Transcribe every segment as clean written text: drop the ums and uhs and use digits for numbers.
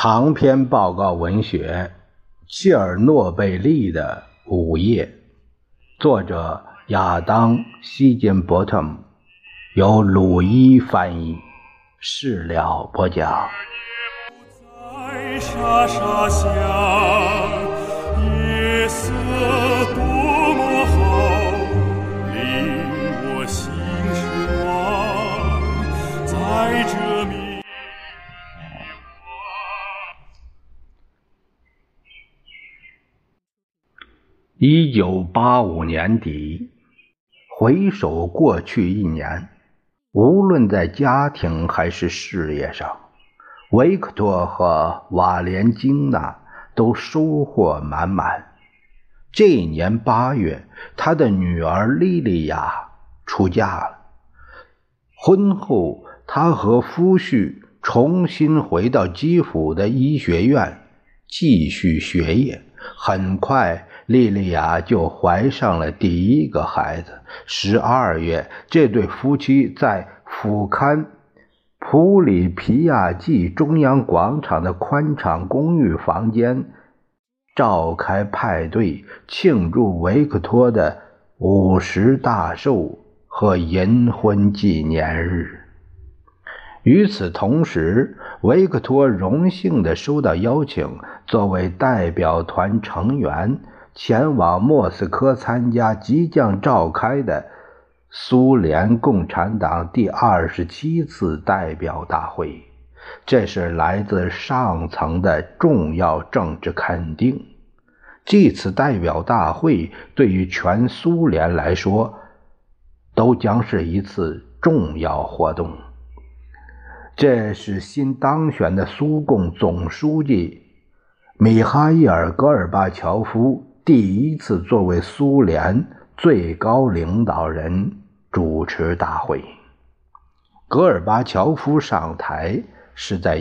长篇报告文学切尔诺贝利的午夜，作者亚当·希金伯特姆，由鲁伊翻译，事了播讲。 在沙沙响，夜色多么好，令我心神往，在这迷。 1985年底，回首过去一年，无论在家庭还是事业上，维克多和瓦莲金娜都收获满满。这一年8月，他的女儿莉莉亚出嫁了。婚后，他和夫婿重新回到基辅的医学院继续学业。很快，莉莉亚就怀上了第一个孩子。12月，这对夫妻在福堪普里皮亚季中央广场的宽敞公寓房间召开派对，庆祝维克托的50大寿和银婚纪念日。与此同时，维克托荣幸地收到邀请，作为代表团成员前往莫斯科参加即将召开的苏联共产党第27次代表大会。这是来自上层的重要政治肯定。这次代表大会对于全苏联来说都将是一次重要活动。这是新当选的苏共总书记米哈伊尔·戈尔巴乔夫第一次作为苏联最高领导人主持大会。戈尔巴乔夫上台是在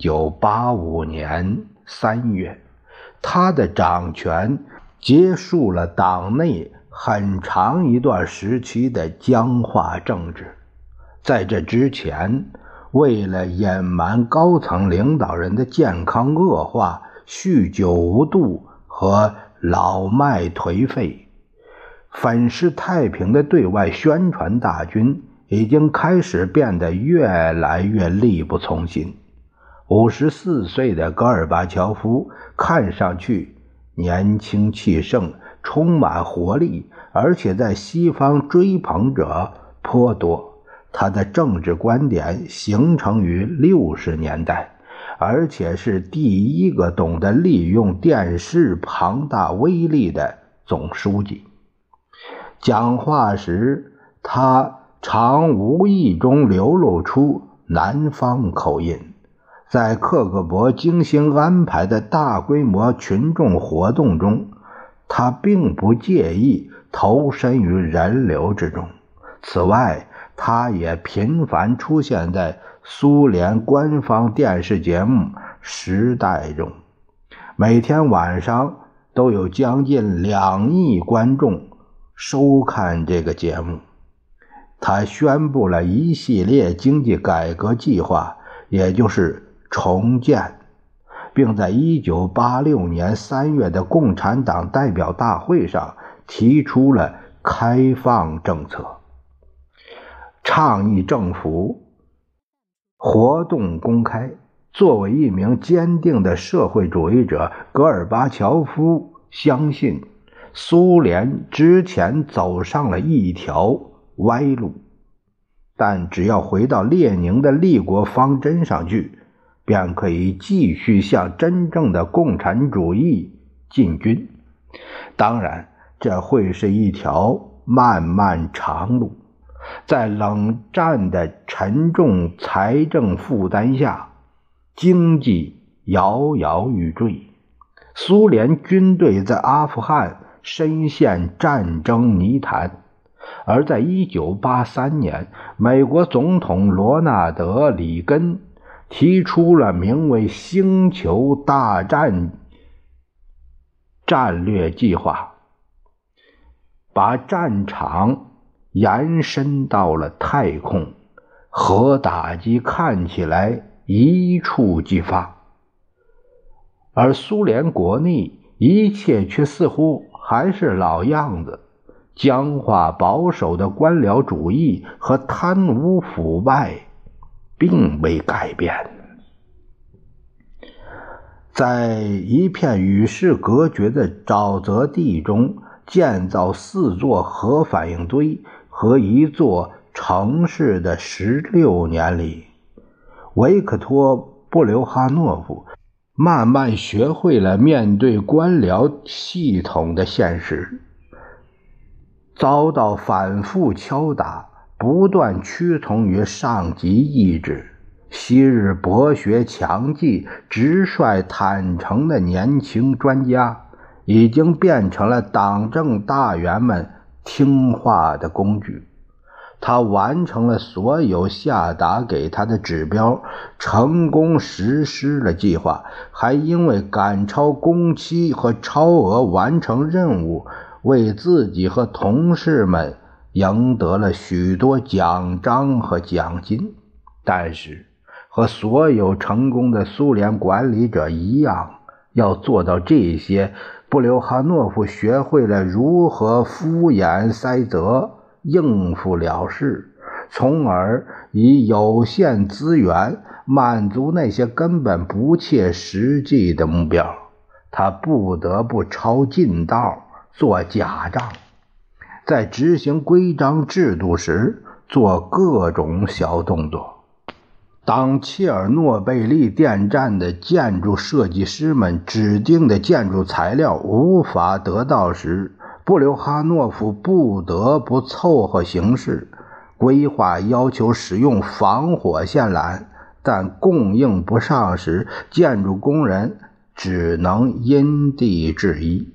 1985年3月，他的掌权结束了党内很长一段时期的僵化政治。在这之前，为了隐瞒高层领导人的健康恶化、酗酒无度和老迈颓废，粉饰太平的对外宣传大军已经开始变得越来越力不从心。54岁的戈尔巴乔夫看上去年轻气盛，充满活力，而且在西方追捧者颇多。他的政治观点形成于60年代，而且是第一个懂得利用电视庞大威力的总书记。讲话时，他常无意中流露出南方口音。在克格勃精心安排的大规模群众活动中，他并不介意投身于人流之中。此外，他也频繁出现在苏联官方电视节目《时代》中，每天晚上都有将近2亿观众收看这个节目。他宣布了一系列经济改革计划，也就是重建，并在1986年3月的共产党代表大会上提出了开放政策。倡议政府活动公开。作为一名坚定的社会主义者，戈尔巴乔夫相信苏联之前走上了一条歪路，但只要回到列宁的立国方针上去，便可以继续向真正的共产主义进军。当然，这会是一条漫漫长路。在冷战的沉重财政负担下，经济摇摇欲坠。苏联军队在阿富汗深陷战争泥潭，而在1983年，美国总统罗纳德·里根提出了名为星球大战战略计划，把战场延伸到了太空，核打击看起来一触即发。 而苏联国内一切却似乎还是老样子，僵化保守的官僚主义和贪污腐败并未改变。在一片与世隔绝的沼泽地中建造4座核反应堆和1座城市的16年里，维克托·布留哈诺夫慢慢学会了面对官僚系统的现实。遭到反复敲打，不断屈从于上级意志，昔日博学强记、直率坦诚的年轻专家，已经变成了党政大员们听话的工具。他完成了所有下达给他的指标，成功实施了计划，还因为赶超工期和超额完成任务，为自己和同事们赢得了许多奖章和奖金。但是和所有成功的苏联管理者一样，要做到这些，布留哈诺夫学会了如何敷衍塞责，应付了事，从而以有限资源满足那些根本不切实际的目标。他不得不抄近道，做假账，在执行规章制度时做各种小动作。当切尔诺贝利电站的建筑设计师们指定的建筑材料无法得到时，布留哈诺夫不得不凑合行事。规划要求使用防火线缆，但供应不上时，建筑工人只能因地制宜。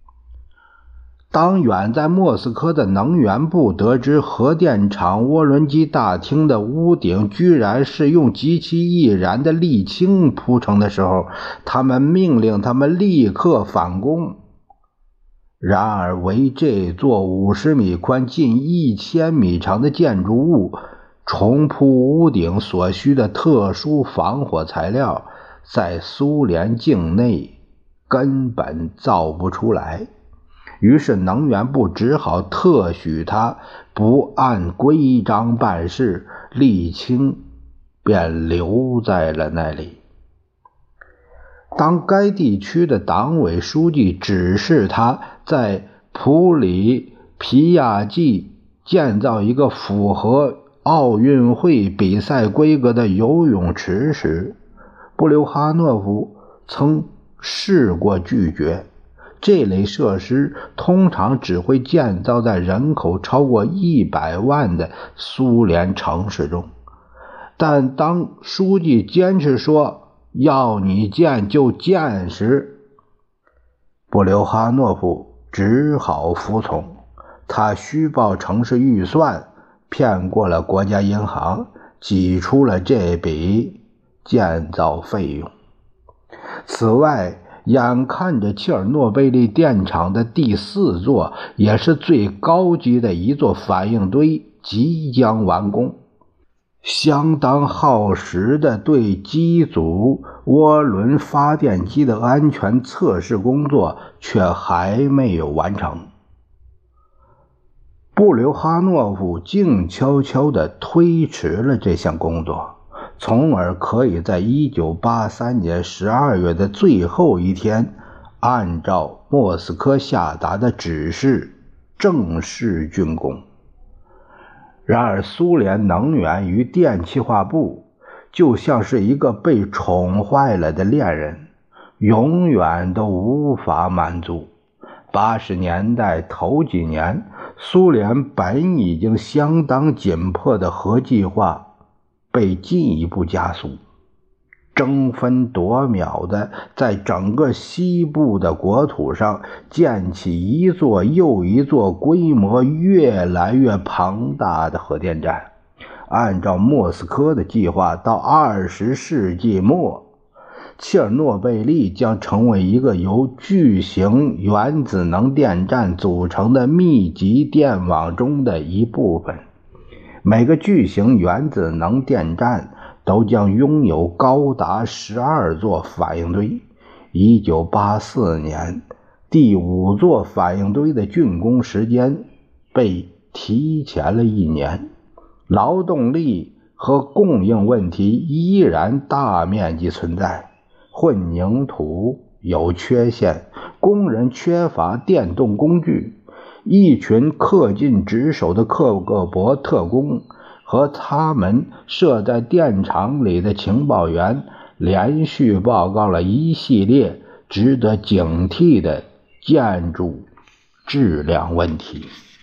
当远在莫斯科的能源部得知核电厂涡轮机大厅的屋顶居然是用极其易燃的沥青铺成的时候，他们命令他们立刻反攻。然而为这座50米宽近1000米长的建筑物重铺屋顶所需的特殊防火材料，在苏联境内根本造不出来。于是能源部只好特许他不按规章办事，沥青便留在了那里。当该地区的党委书记指示他在普里皮亚季建造一个符合奥运会比赛规格的游泳池时，布留哈诺夫曾试过拒绝。这类设施通常只会建造在人口超过100万的苏联城市中，但当书记坚持说要你建就建时，布留哈诺夫只好服从。他虚报城市预算，骗过了国家银行，挤出了这笔建造费用。此外，眼看着切尔诺贝利电厂的第4座，也是最高级的一座反应堆即将完工，相当耗时的对机组涡轮发电机的安全测试工作却还没有完成。布留哈诺夫静悄悄地推迟了这项工作，从而可以在1983年12月的最后一天，按照莫斯科下达的指示正式竣工。然而苏联能源与电气化部就像是一个被宠坏了的恋人，永远都无法满足。80年代头几年，苏联本已经相当紧迫的核计划被进一步加速，争分夺秒的在整个西部的国土上建起一座又一座规模越来越庞大的核电站。按照莫斯科的计划，到20世纪末，切尔诺贝利将成为一个由巨型原子能电站组成的密集电网中的一部分。每个巨型原子能电站都将拥有高达12座反应堆， 1984年第5座反应堆的竣工时间被提前了1年，劳动力和供应问题依然大面积存在，混凝土有缺陷，工人缺乏电动工具，一群恪尽职守的克格勃特工和他们设在电厂里的情报员连续报告了一系列值得警惕的建筑质量问题。